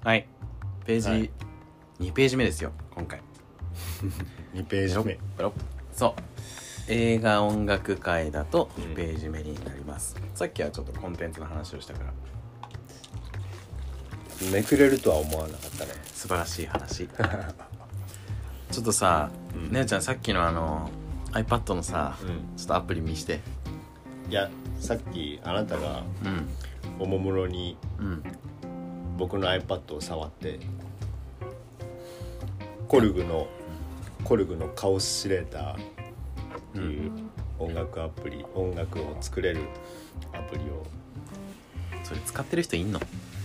はい、ページ、 はい、 2ページ目ですよ今回。 2ページ目。 そう映画音楽会だと2ページ目になります、さっきはちょっとコンテンツの話をしたからめくれるとは思わなかったね。 素晴らしい話ちょっとさ、姉ちゃんさっきのiPad のさ、ちょっとアプリ見して。 いや、さっきあなたがおもむろに僕の iPad を触ってコルグのカオスシレーターっていう音楽アプリ、音楽を作れるアプリを。 それ使ってる人いんの？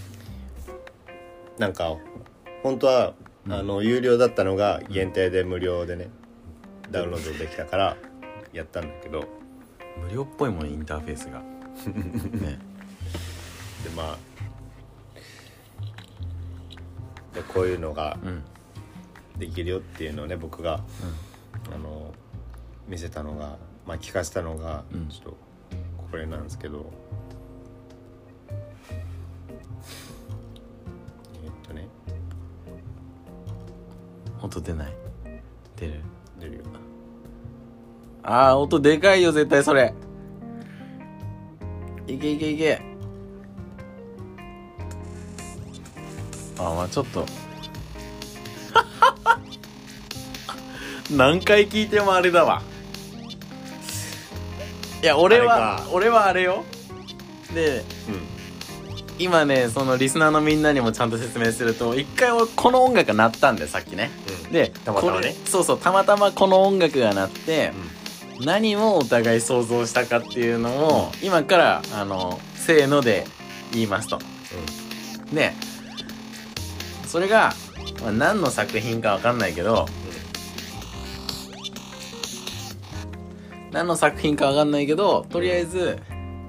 なんか本当は有料だったのが限定で無料でねダウンロードできたからやったんだけど、 無料っぽいもんインターフェースがね。 でまあでこういうのができるよっていうのをね僕が、見せたのが、まあ聞かせたのが、ちょっとこれなんですけど、 音出ない？出るよ。 あー音でかいよ絶対それ。いけいけいけ。まあちょっと何回聞いてもあれだわ。いや俺はあれよ。で、今ねそのリスナーのみんなにもちゃんと説明すると、一回この音楽が鳴ったんだよさっきね、でたまたまね、 そうたまたまこの音楽が鳴って、何をお互い想像したかっていうのを、今からせーので言いますと、でそれが、何の作品か分かんないけど、何の作品か分かんないけどとりあえず、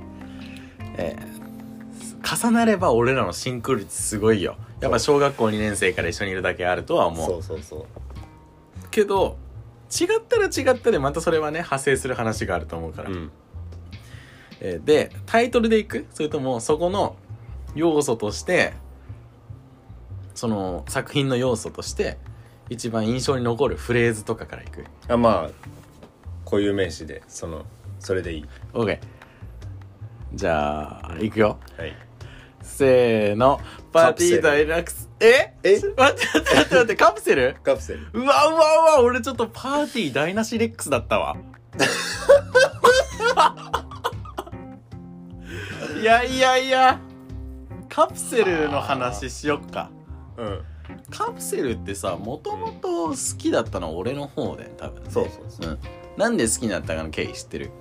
重なれば俺らのシンクロ率すごいよ。やっぱ小学校2年生から一緒にいるだけあるとは思う。 そうけど違ったら違ったでまたそれはね派生する話があると思うから、でタイトルでいく？それともそこの要素として、その作品の要素として一番印象に残るフレーズとかからいく？ まあ固有名詞でそれでいい。 OK。 じゃあ、いくよ。 はい。 せーの。パーティーダイラックス。待ってカプセルうわ俺ちょっとパーティー台無しレックスだったわ。いやカプセルの話しよっか。カプセルってさ、もともと好きだったのは俺の方で多分、ね、 そう、 なんで好きになったかの経緯知ってる？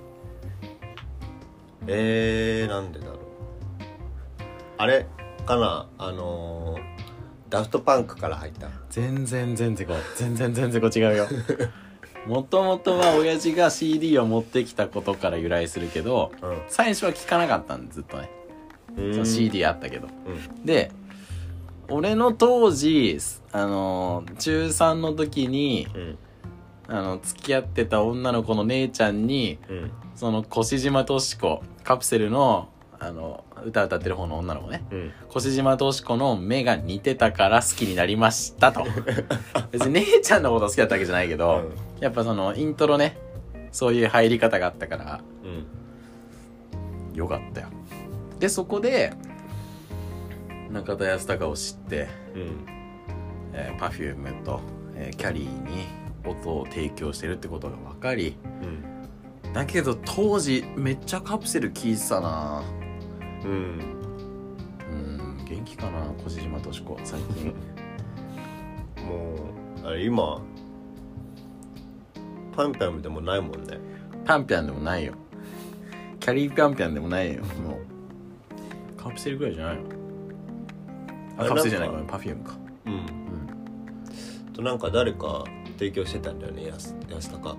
なんでだろう。あれかな、ダフトパンクから入った。 全然違うよ。もともとは親父が CD を持ってきたことから由来するけど、最初は聞かなかったんでずっとね。その CD あったけど、で俺の当時中3の時に、付き合ってた女の子の姉ちゃんに、その越島敏子、カプセルの歌ってる方の女の子ね、越島敏子の目が似てたから好きになりましたと。別に姉ちゃんのこと好きだったわけじゃないけど、やっぱそのイントロね、そういう入り方があったから、よかったよ。でそこで中田泰孝を知って、Perfume と、キャリーに音を提供してるってことが分かり、だけど当時めっちゃカプセル聴いてたな。元気かな越島敏子最近。 もうあれ今パンピャンでもないもんね。 パンピャンでもないよ。キャリーパンピャンでもないよ。もうカプセルぐらいじゃないの？カプセルじゃないかな、Perfumeか。 となんか誰か提供してたんだよね、安高。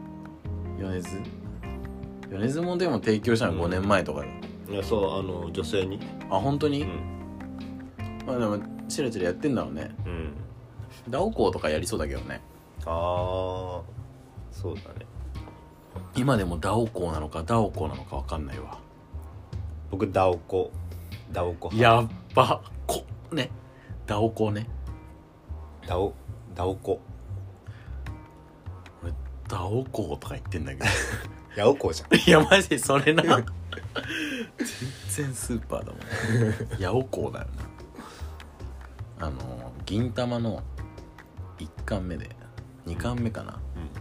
米津もでも提供したの5年前とかだ。 いやそう女性に。 本当に？まあでもチラチラやってんだろうね。ダオコーとかやりそうだけどね。 そうだね。 今でもダオコーなのかダオコーなのか分かんないわ。 僕ダオコやっばね。 ダオコね。 ダオコ。 俺ダオコとか言ってんだけどヤオコじゃん。 いやマジそれな全然スーパーだもんヤオコだよな。銀玉の1巻目で2巻目かな、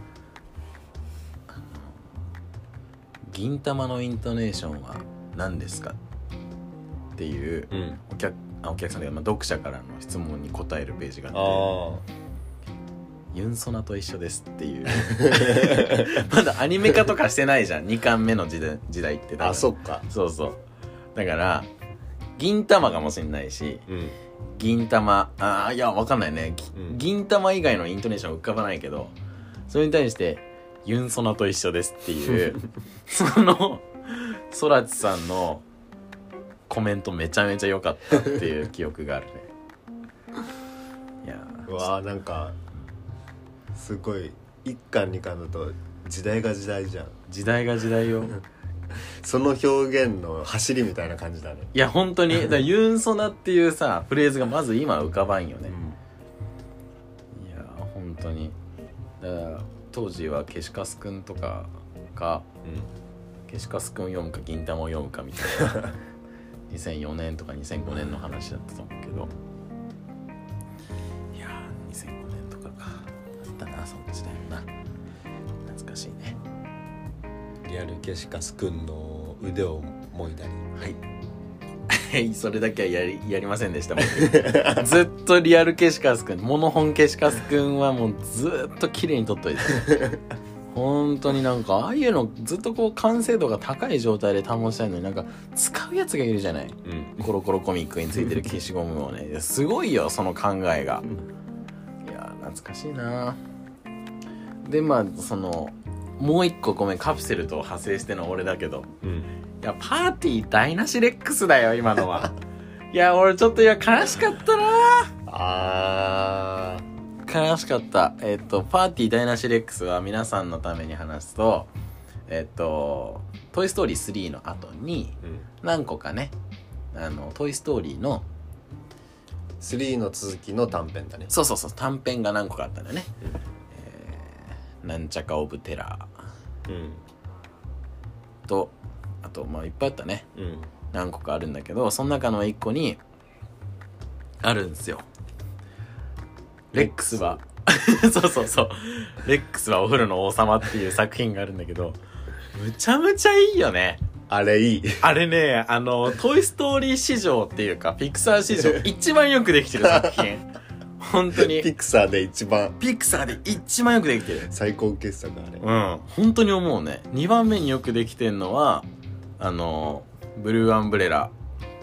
銀玉のイントネーションは何ですかっていうお客さんで、読者からの質問に答えるページがあって、ユンソナと一緒ですっていうまだアニメ化とかしてないじゃん2巻目の時代って。 あ、そっか。 そうそう。だから銀玉かもしんないし、銀玉いやわかんないね、銀玉以外のイントネーション浮かばないけど、それに対してユンソナと一緒ですっていうそのソラチさんのコメントめちゃめちゃ良かったっていう記憶があるね。いやうわー、なんかすごい1巻2巻だと時代が時代じゃん。 時代が時代よその表現の走りみたいな感じだね。 いや本当にだユンソナっていうさフレーズがまず今浮かばんよね、いや本当にだから当時はケシカスくんとかが、ケシカスくん読むか銀玉を読むかみたいな2004年とか2005年の話だったと思うけど、いや2005年とかかあったな、その時代もな。懐かしいね。 リアルケシカスくんの腕をもいだり。 はいそれだけはやりませんでしたずっとリアルケシカスくん、モノホンケシカスくんはもうずっと綺麗に撮っといて本当になんかああいうのずっとこう完成度が高い状態で保ちたいのになんか使うやつがいるじゃない、コロコロコミックについてる消しゴムをねすごいよその考えが、いや懐かしいな。でまあそのもう一個ごめんカプセルと派生しての俺だけど、いやパーティー台無しレックスだよ今のはいや俺ちょっと悲しかったな。悲しかった。パーティー台無しレックスは皆さんのために話すとトイストーリー3の後に何個かね、トイストーリーの 3の続きの短編だね。 そう短編が何個かあったんだよね、なんちゃかオブテラー、とあとまあいっぱいあったね、何個かあるんだけどその中の1個にあるんですよ、レックスはそうレックスはお風呂の王様っていう作品があるんだけどむちゃむちゃいいよね。 あれいい。 あれねトイストーリー史上っていうかピクサー史上一番よくできてる作品本当にピクサーで一番よくできてる最高傑作あれ。 本当に思うね。2番目によくできてんのはブルーアンブレラ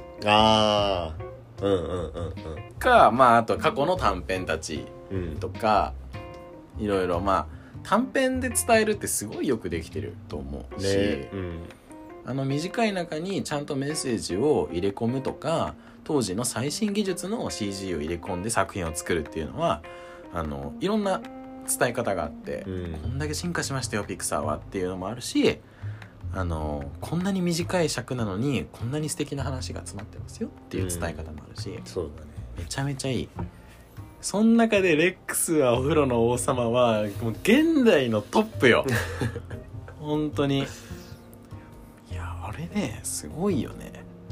かまああと過去の短編たちとか、いろいろまあ短編で伝えるってすごいよくできてると思うし、短い中にちゃんとメッセージを入れ込むとか当時の最新技術の CG を入れ込んで作品を作るっていうのはいろんな伝え方があって、こんだけ進化しましたよピクサーはっていうのもあるし、こんなに短い尺なのにこんなに素敵な話が詰まってますよっていう伝え方もあるし、 そうだね、 めちゃめちゃいい。その中でレックスはお風呂の王様はもう現代のトップよ本当に。いやあれねすごいよね。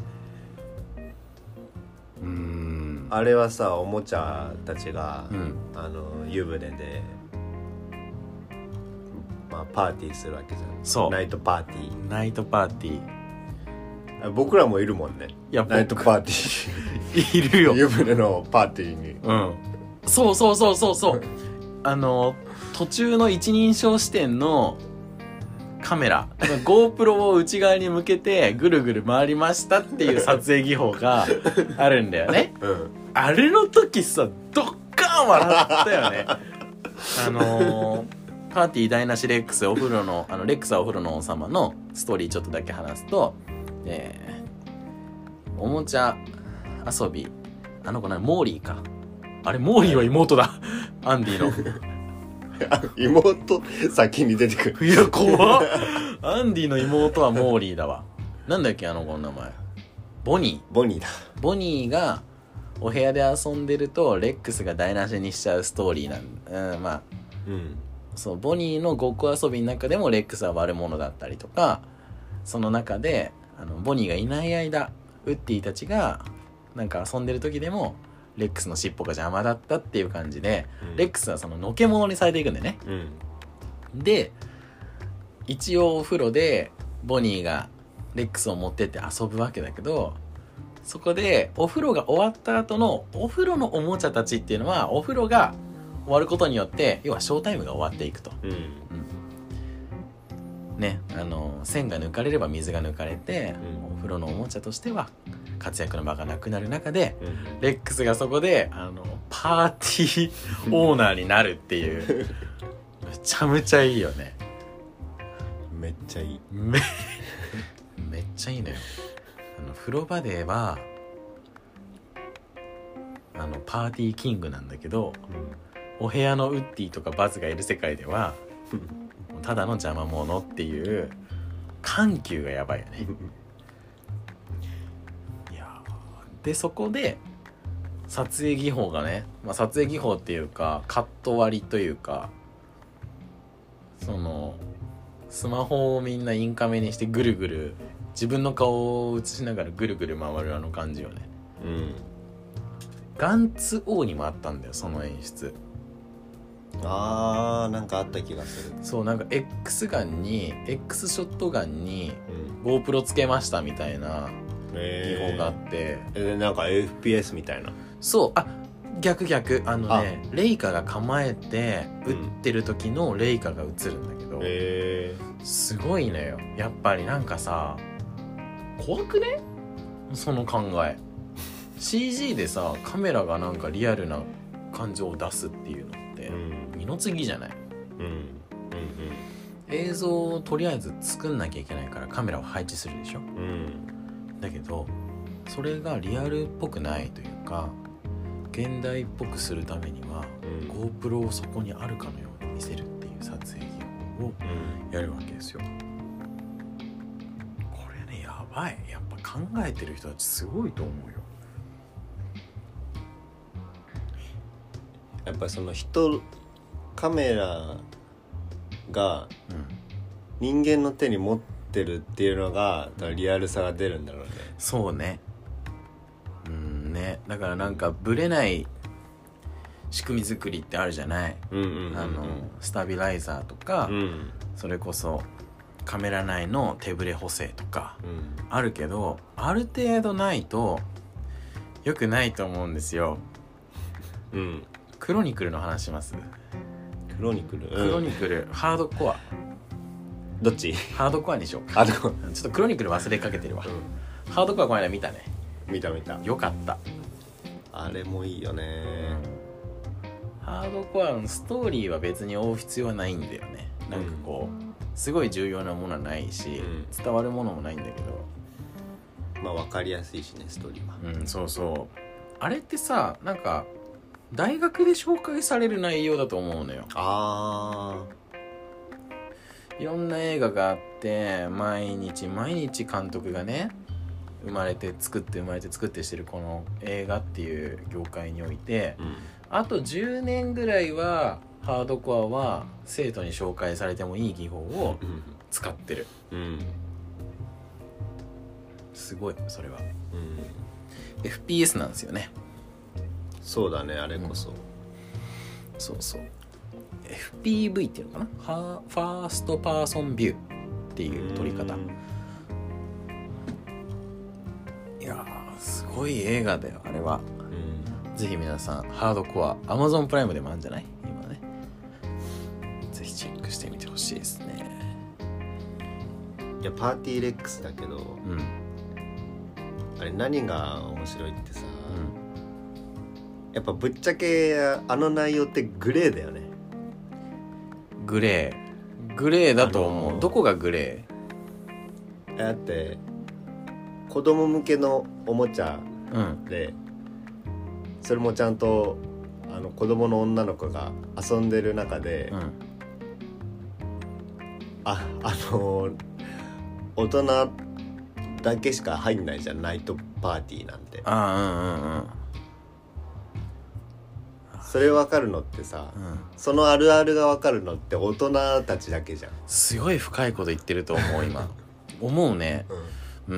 あれはさおもちゃたちが、湯船でまあパーティーするわけじゃん。 そうナイトパーティー。僕らもいるもんね。 いやナイトパーティーいるよ湯船のパーティーに。 そう途中の一人称視点のカメラGoPro を内側に向けてぐるぐる回りましたっていう撮影技法があるんだよね、あれの時さドッカーン笑ったよねパーティー台無しレックスお風呂のレックスはお風呂の王様のストーリーちょっとだけ話すと、おもちゃ遊び子モーリーか、あれモーリーは妹だアンディの妹先に出てくる。 いや怖っアンディの妹はモーリーだわ。なんだっけ子の名前。ボニーだ。 ボニーがお部屋で遊んでるとレックスが台無しにしちゃうストーリーなんまあ、そうボニーのごっこ遊びの中でもレックスは悪者だったりとか、その中でボニーがいない間ウッディたちがなんか遊んでる時でもレックスの尻尾が邪魔だったっていう感じで、レックスはそののけ者にされていくんだよね、で一応お風呂でボニーがレックスを持ってって遊ぶわけだけど、そこでお風呂が終わった後のお風呂のおもちゃたちっていうのはお風呂が終わることによって要はショータイムが終わっていくと、ね、線が抜かれれば水が抜かれて、お風呂のおもちゃとしては活躍の場がなくなる中で、レックスがそこでパーティーオーナーになるっていうめちゃめちゃいいよね。 めっちゃいいめっちゃいいのよ。風呂場ではパーティーキングなんだけど、お部屋のウッディとかバズがいる世界ではただの邪魔者っていう緩急がやばいよね。いやでそこで撮影技法がね、撮影技法っていうかカット割りというか、そのスマホをみんなインカメにしてぐるぐる自分の顔を映しながらぐるぐる回る感じよね。ガンツ王にもあったんだよその演出。 なんかあった気がする。 そうなんか X ショットガンに GoPro つけましたみたいな技法があって、 なんか FPS みたいな。 そう逆レイカが構えて撃ってる時のレイカが映るんだけど、すごいのよやっぱり。なんかさ怖くねその考え。 CG でさカメラがなんかリアルな感情を出すっていうのって二の次じゃない。映像をとりあえず作んなきゃいけないからカメラを配置するでしょ、だけどそれがリアルっぽくないというか現代っぽくするためには、GoPro をそこにあるかのように見せるっていう撮影技法をやるわけですよ。これねやばい。やっぱ考えてる人たちすごいと思うよ。 やっぱそのカメラが人間の手に持ってるっていうのがリアルさが出るんだろうね。 そうね。ね、だからなんかブレない仕組み作りってあるじゃない。スタビライザーとか、それこそカメラ内の手ブレ補正とかあるけど、ある程度ないと良くないと思うんですよ。クロニクルの話します。クロニクル、ハードコア。 どっち？ ハードコアにしようか。ちょっとクロニクル忘れかけてるわ。ハードコアこの間見たね。 見たよかった。 あれもいいよね。 ハードコアのストーリーは別に追う必要はないんだよね。なんかこうすごい重要なものはないし、伝わるものもないんだけど、 分かりやすいしねストーリーは。 そうそう。あれってさなんか大学で紹介される内容だと思うのよ。いろんな映画があって毎日監督がね生まれて作ってしてるこの映画っていう業界において、あと10年ぐらいはハードコアは生徒に紹介されてもいい技法を使ってる、すごいそれは、FPS なんですよね。 そうだねあれこそ、 そう FPV っていうのかな、ファーストパーソンビューっていう撮り方。いやーすごい映画だよあれは。ぜひ皆さんハードコア Amazon プライムでもあるんじゃない今ね。ぜひチェックしてみてほしいですね。 いやパーティーレックスだけど、あれ何が面白いってさ、やっぱぶっちゃけ内容ってグレーだよね。 グレーだと思う。どこがグレー？だって子供向けのおもちゃで、それもちゃんと子供の女の子が遊んでる中で、大人だけしか入んないじゃんナイトパーティーなんて。 それ分かるのってさ、 うん、 そのあるあるが分かるのって大人たちだけじゃん。 すごい深いこと言ってると思う今思うね。うん、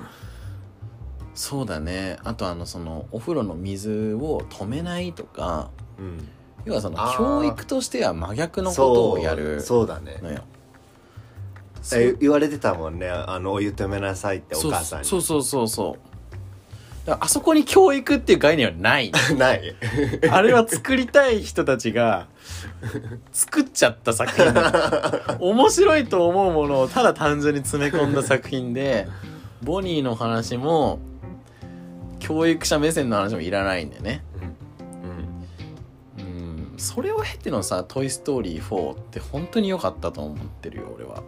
そうだね。あとそのお風呂の水を止めないとか、うん、要はその教育としては真逆のことをやるのよ。 そうだね。言われてたもんね、お湯止めなさいってお母さんに。 そうだからあそこに教育っていう概念はないないあれは作りたい人たちが作っちゃった作品だ面白いと思うものをただ単純に詰め込んだ作品で、ボニーの話も教育者目線の話もいらないんだよね。それを経てのさトイストーリー4って本当に良かったと思ってるよ俺は。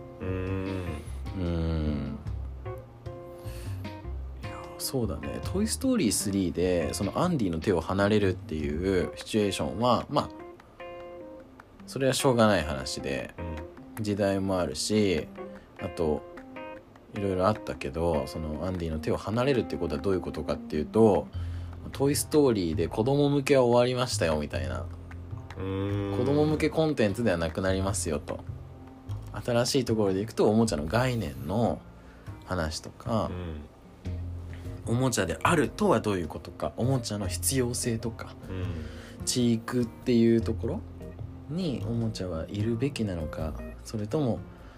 いやそうだね。トイストーリー3でそのアンディの手を離れるっていうシチュエーションはまあそれはしょうがない話で、時代もあるし、あといろいろあったけど、そのアンディの手を離れるっていうことはどういうことかっていうと、トイストーリーで子供向けは終わりましたよみたいな、子供向けコンテンツではなくなりますよと、新しいところでいくとおもちゃの概念の話とか、おもちゃであるとはどういうことか、おもちゃの必要性とか、知育っていうところにおもちゃはいるべきなのか、それとも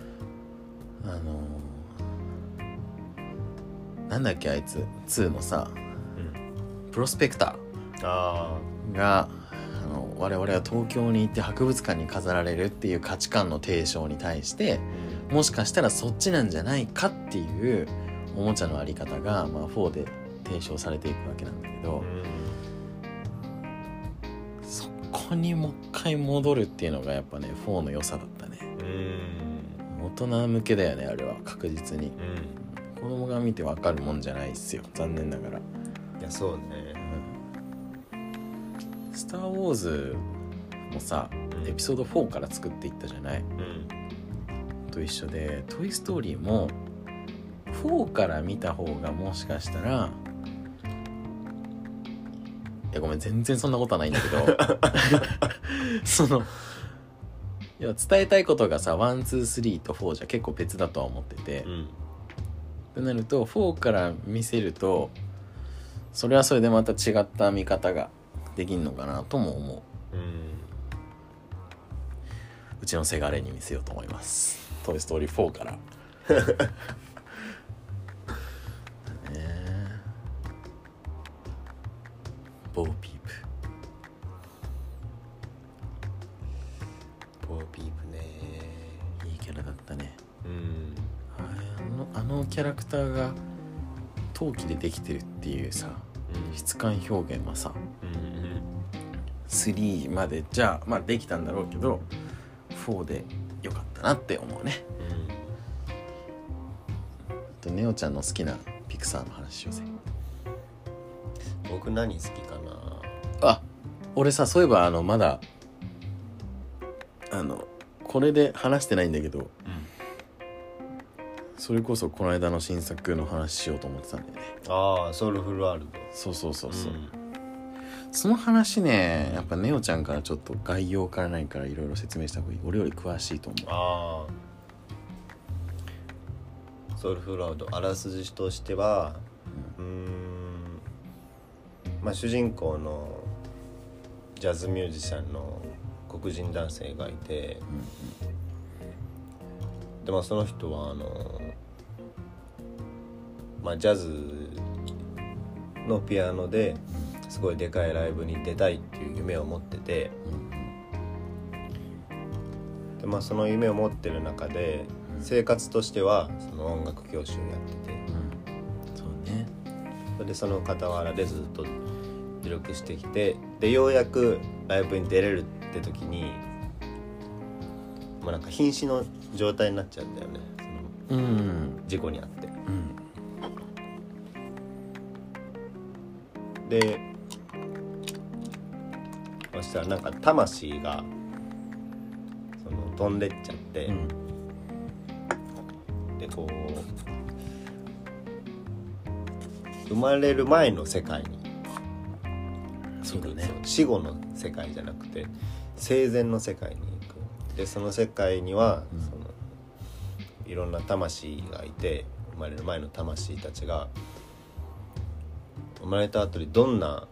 なんだっけあいつ2のさ、プロスペクターが我々は東京に行って博物館に飾られるっていう価値観の提唱に対して、もしかしたらそっちなんじゃないかっていうおもちゃのあり方が、まあ、4で提唱されていくわけなんだけど、そこにもう一回戻るっていうのがやっぱね4の良さだったね。大人向けだよねあれは確実に、子供が見て分かるもんじゃないっすよ、残念ながら。 いやそうね、 スター・ウォーズもさ、エピソード4から作っていったじゃない、と一緒でトイ・ストーリーも4から見た方がもしかしたら、いやごめん全然そんなことはないんだけどそのいや伝えたいことがさ1、2、3と4じゃ結構別だとは思ってて、ってなると4から見せるとそれはそれでまた違った見方ができんのかなとも思う。うちのせがれに見せようと思います、トイストーリー4からボーピープね、 いいキャラだったね。あのキャラクターが陶器でできてるっていうさ、質感表現はさ、3までじゃあまあできたんだろうけど4でよかったなって思うね。あとネオちゃんの好きなピクサーの話しようぜ。 僕何好きかなあ、俺さそういえばまだこれで話してないんだけど、それこそこの間の新作の話しようと思ってたんだよね。 ソウルフルワールド。そう、 その話ねやっぱネオちゃんからちょっと概要からないからいろいろ説明した方がいい。俺より詳しいと思う。ソウルフルワールドあらすじとしては、まあ主人公のジャズミュージシャンの黒人男性がいて、でまあその人はまあジャズのピアノですごいでかいライブに出たいっていう夢を持ってて、でまあその夢を持ってる中で生活としてはその音楽教師をやってて、 そうね。 それでその傍らでずっと記録してきて、でようやくライブに出れるって時にまあなんか瀕死の状態になっちゃうんだよね、その事故にあって、でそしたらなんか魂がその飛んでっちゃって、でこう生まれる前の世界に行く、 そうだね、 死後の世界じゃなくて生前の世界に行く。でその世界には、そのいろんな魂がいて、生まれる前の魂たちが生まれた後にどんな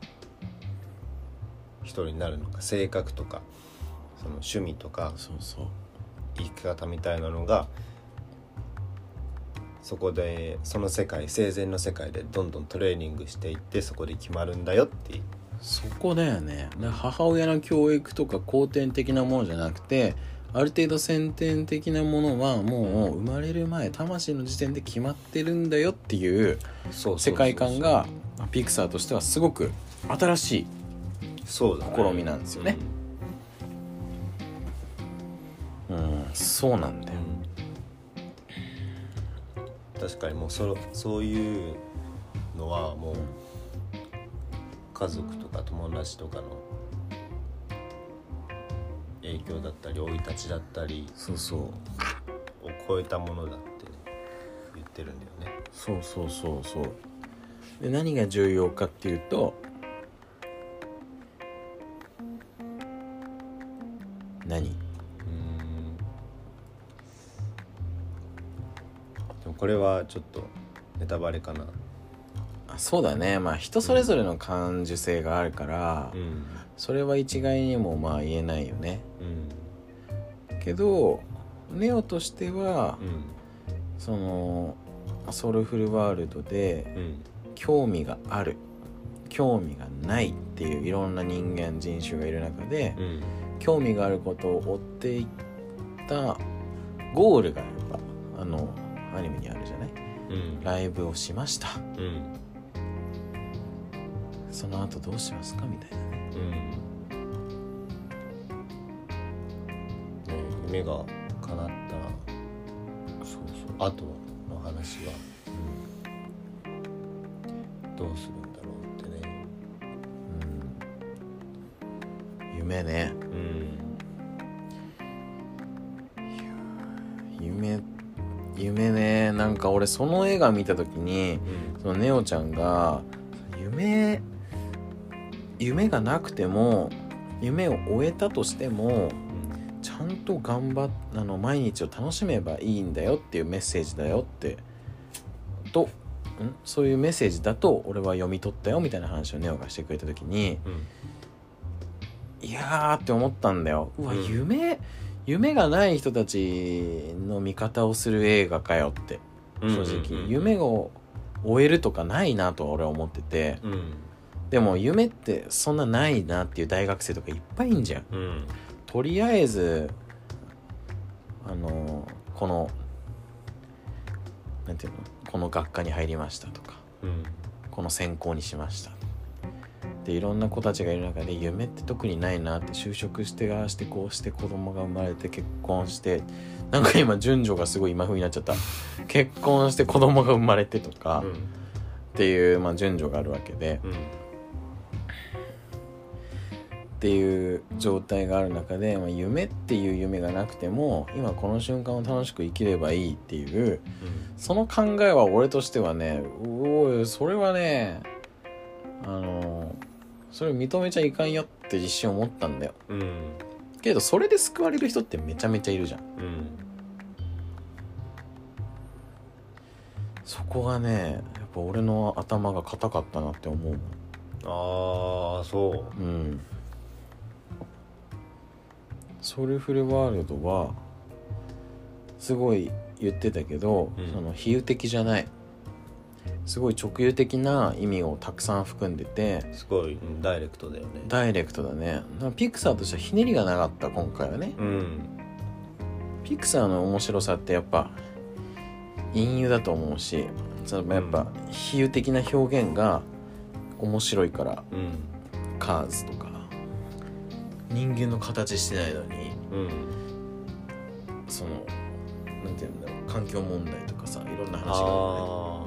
人になるのか、性格とかその趣味とかそうそう生き方みたいなのがそこでその世界、生前の世界でどんどんトレーニングしていって、そこで決まるんだよっていう。 そこだよね。母親の教育とか後天的なものじゃなくて、ある程度先天的なものはもう生まれる前、魂の時点で決まってるんだよっていう世界観がピクサーとしてはすごく新しい試みなんですよね。そうなんだよ、 確かにもうそういうのはもう家族とか友達とかの影響だったり生い立ちだったりそうそうを超えたものだって、ね、言ってるんだよね。 そうで、何が重要かっていうと、何？ でもこれはちょっとネタバレかな。 そうだね。人それぞれの感受性があるから、それは一概にも言えないよね、けどネオとしては、そのソウルフルワールドで興味がある、興味がないっていういろんな人間人種がいる中で、興味があることを追っていったゴールがやっぱアニメにあるじゃない、ライブをしました、その後どうしますかみたいなね、 夢が叶った後の話は、どうするんだろうってね、 夢ね、夢ね。なんか俺その映画見た時に、そのネオちゃんが夢がなくても、夢を終えたとしても、ちゃんと毎日を楽しめばいいんだよっていうメッセージだよってそういうメッセージだと俺は読み取ったよみたいな話をネオがしてくれた時に、いやーって思ったんだよ。夢がない人たちの見方をする映画かよって、正直、夢を終えるとかないなとは俺は思ってて、でも夢ってそんなないなっていう大学生とかいっぱいいんじゃん、とりあえずこのなんていうの、この学科に入りましたとか、この専攻にしましたで、いろんな子たちがいる中で夢って特にないなって、就職してああしてこうして子供が生まれて結婚して、なんか今順序がすごい今風になっちゃった、結婚して子供が生まれてとか、っていう、順序があるわけで、っていう状態がある中で、夢っていう夢がなくても今この瞬間を楽しく生きればいいっていう、その考えは俺としてはね、それはねそれ認めちゃいかんよって一瞬思ったんだよ、けどそれで救われる人ってめちゃめちゃいるじゃん、そこがねやっぱ俺の頭が固かったなって思うもん。 そう。 ソウルフルワールドはすごい言ってたけど、その比喩的じゃない、すごい直喩的な意味をたくさん含んでて、 すごい、ダイレクトだよね。 ダイレクトだね。ピクサーとしてはひねりがなかった今回はね、ピクサーの面白さってやっぱ隠喩だと思うし、そのやっぱ比喩的な表現が面白いから、カーズとか人間の形してないのに、そのなんていうんだろう、環境問題とかさ、いろんな話があ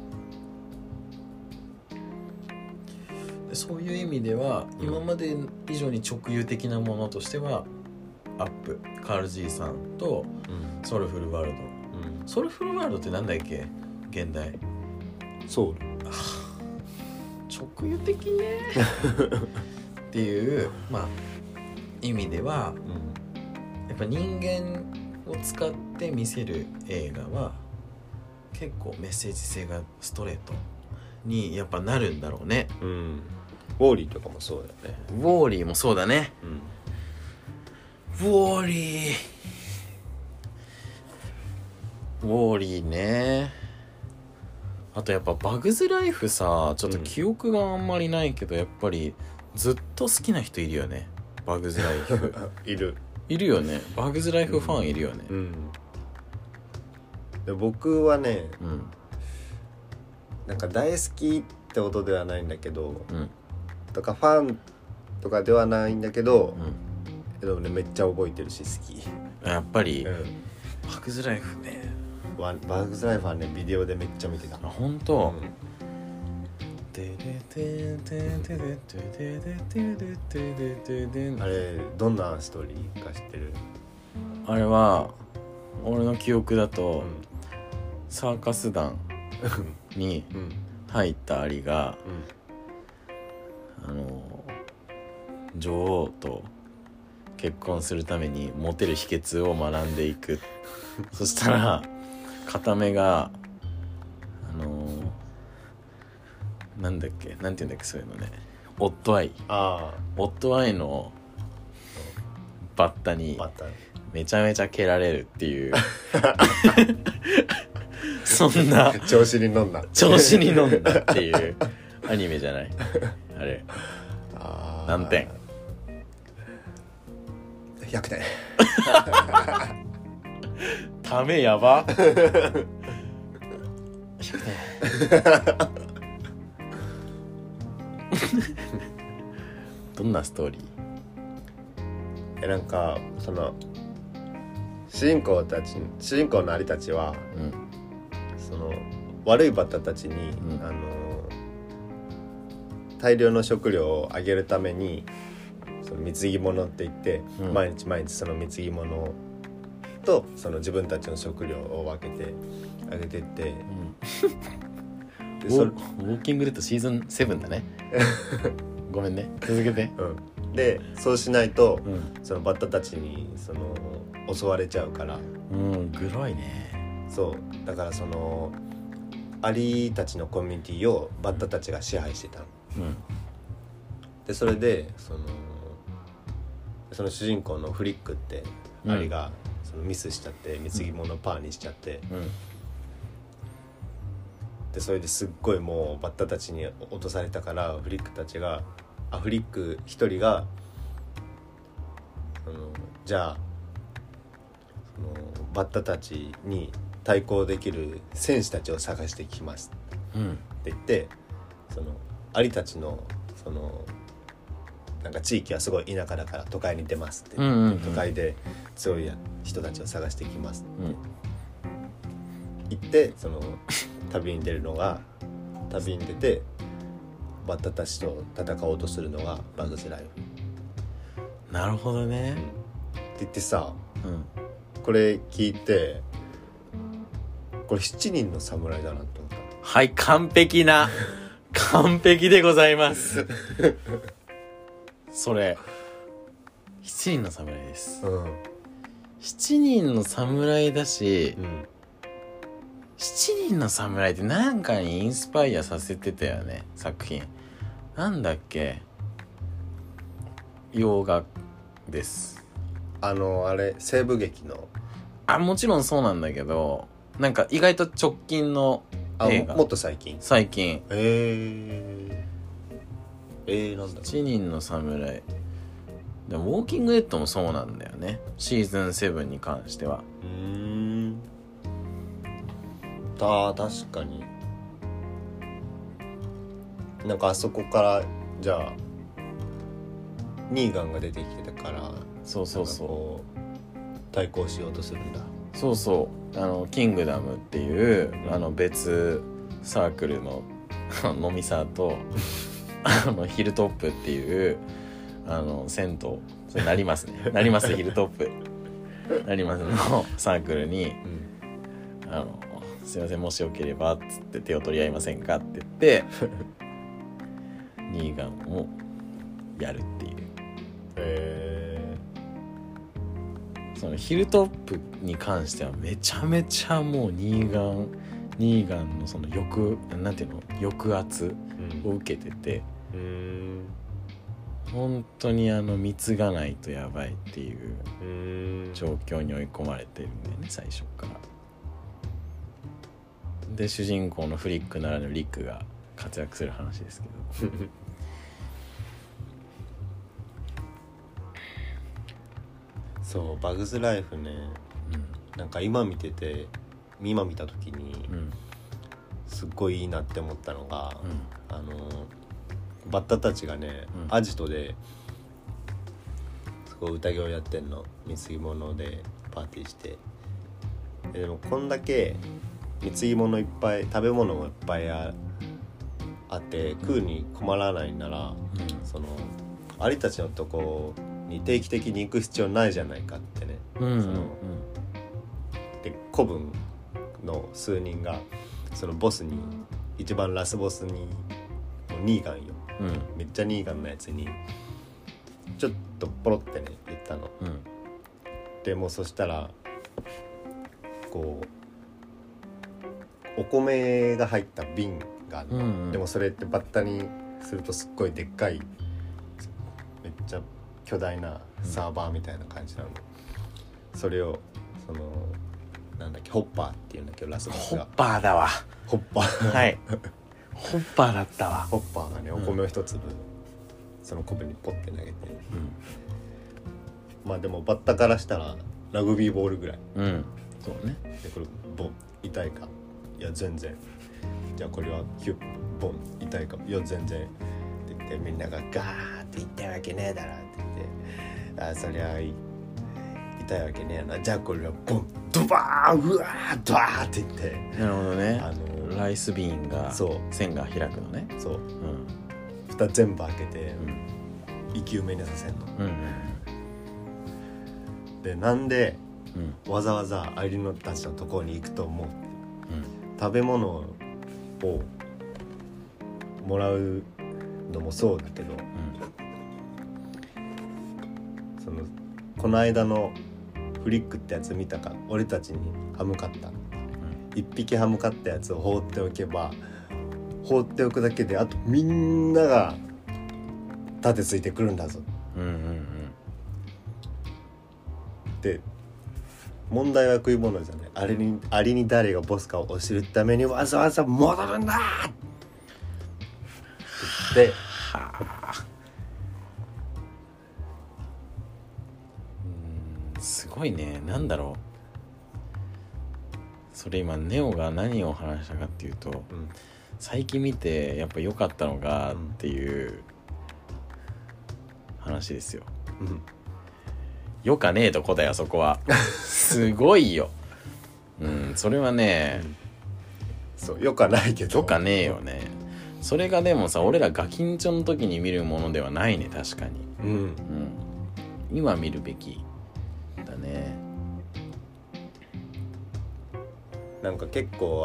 るね。でそういう意味では、今まで以上に直喩的なものとしてはアップ、カール G さんとソウルフルワールド、ソウルフルワールドってなんだっけ現代、 ソウル直喩的ねっていうまあ意味では、やっぱ人間を使って見せる映画は結構メッセージ性がストレートにやっぱなるんだろうね。 ウォーリーとかもそうだよね。 ウォーリーもそうだね、ウォーリーね。あとやっぱバグズライフさ、ちょっと記憶があんまりないけど、やっぱりずっと好きな人いるよね、バグズライフいるよね、バグズライフファンいるよね。 で僕はね、なんか大好きってことではないんだけど、とかファンとかではないんだけど、でもねめっちゃ覚えてるし好き。 やっぱり、バグズライフね、 バグズライフはねビデオでめっちゃ見てた。 あ、本当。 あれどんなストーリーか知ってる？ あれは俺の記憶だと、サーカス団に入ったアリが、女王と結婚するためにモテる秘訣を学んでいくそしたら片目がなんだっけ、なんていうんだっけ、そういうのね、オットアイのバッタにめちゃめちゃ蹴られるっていうそんな調子に飲んだっていうアニメじゃないあれ。何点 ？100点ためやば100点どんなストーリー？ なんかその主人公のアリたちは、その悪いバッタたちに、大量の食料をあげるためにその貢ぎ物って言って、毎日その貢ぎ物とその自分たちの食料を分けてあげてって、 ウォーキングデッドシーズン7だねごめんね、続けて。 でそうしないと、そのバッタたちにその襲われちゃうから、 グロいね。 そうだからそのアリたちのコミュニティをバッタたちが支配してたの、でそれでその主人公のフリックってアリがそのミスしちゃって貢ぎ物パーにしちゃって、でそれですっごいもうバッタたちに落とされたから、フリック一人がじゃあそのバッタたちに対抗できる戦士たちを探してきますって言って、そのアリたちのそのなんか地域はすごい田舎だから都会に出ますって、都会で強い人たちを探してきますって言って、その旅に出てバッタたちと戦おうとするのがバグズライフ。 なるほどね、 って言ってさ、これ聞いてこれ7人の侍だなと思った。 はい、完璧でございますそれ7人の侍です、7人の侍だし、7人の侍ってなんかにインスパイアさせてたよね、作品。なんだっけ、洋画です。 あれ西部劇のもちろんそうなんだけど、なんか意外と直近の映画。 もっと最近なんだ7人の侍でもウォーキングデッドもそうなんだよね、シーズン7に関しては。 確かになんかあそこからじゃあニーガンが出てきてたから、 そう対抗しようとするんだ。 キングダムっていう別サークルの飲みサーとヒルトップっていう銭湯、それなりますヒルトップなりますのサークルに、すいませんもしよければっつって手を取り合いませんかって言ってニーガンをやるっていう。そのヒルトップに関してはめちゃめちゃもうニーガンのそのなんていうの抑圧を受けてて、本当に貢がないとやばいっていう状況に追い込まれてるんだよね、最初から。で主人公のフリックならぬリックが活躍する話ですけどそうバグズライフね、なんか今見た時に、すっごいいいなって思ったのが、バッタたちがね、アジトですごい宴をやってんの、貢ぎ物でパーティーして。でもこんだけ貢ぎ物いっぱい、食べ物もいっぱいあって食うに困らないなら、そのアリたちのとこに定期的に行く必要ないじゃないかってね、で子分の数人がそのボスに、一番ラスボスにニーガンよ、めっちゃニーガンのやつにちょっとポロってね言ったの、でもうそしたらこうお米が入った瓶があるの、でもそれってバッタにするとすっごいでっかいめっちゃ巨大なサーバーみたいな感じなの、それをそのなんだっけホッパーっていうんだけど、ラスボスがホッパーだわ。 ホッパーはいホッパーだったわ。 ホッパーがね、お米を一粒、その米にポッて投げて、まあでもバッタからしたらラグビーボールぐらい、 そうね。 でこれボン痛いか、いや全然、じゃあこれはヒュッボン痛いか、いや全然って言って、みんながガーって痛いわけねえだろって言って、あそりゃ痛いわけねえな、じゃあこれはボンドバーうわードバーって言って、 なるほどね、ライスビーンが線が開くのね。 そう、蓋全部開けて、生き埋めにさせんの、でなんで、わざわざアリのたちのところに行くと思う、食べ物をもらうのもそうだけど、そのこの間のフリックってやつ見たか、俺たちに歯向かった、一匹歯向かったやつを放っておけば、放っておくだけであとみんなが盾ついてくるんだぞ、で問題は食い物じゃない、アリに誰がボスかを知るためにわざわざ戻るんだって言って、 すごいね。なんだろう、それ今ネオが何を話したかっていうと、最近見てやっぱ良かったのがっていう話ですよ。よかねえとこだよ、そこは。すごいよ。それはね、 そうよかないけどよかねえよね。それがでもさ、俺らガキンチョの時に見るものではないね、確かに。今見るべきだね。 なんか結構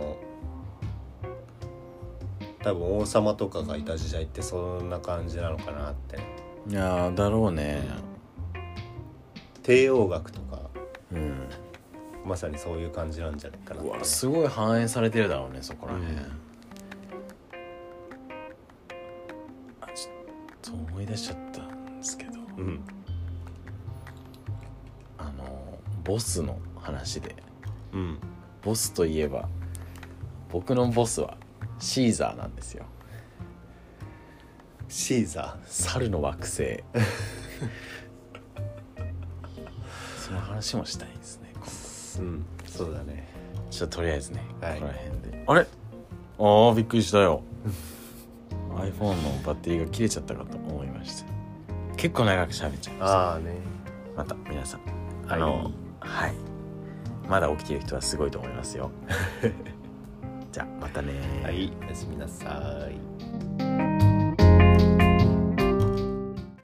多分王様とかがいた時代ってそんな感じなのかなって。 いやだろうね。 帝王学とか、まさにそういう感じなんじゃないかなって、 うわすごい反映されてるだろうね、そこら辺。ちょっと思い出しちゃったんですけど、ボスの話で、ボスといえば僕のボスはシーザーなんですよ。 シーザー、 猿の惑星。その話もしたいですね、 そうだね。 ちょっととりあえずね、ここら辺で。あれ、びっくりしたよ。iPhone のバッテリーが切れちゃったかと思いました。結構長く喋っちゃいました。また皆さんはい、まだ起きてる人はすごいと思いますよ。じゃあまたね。 はい、おやすみなさい。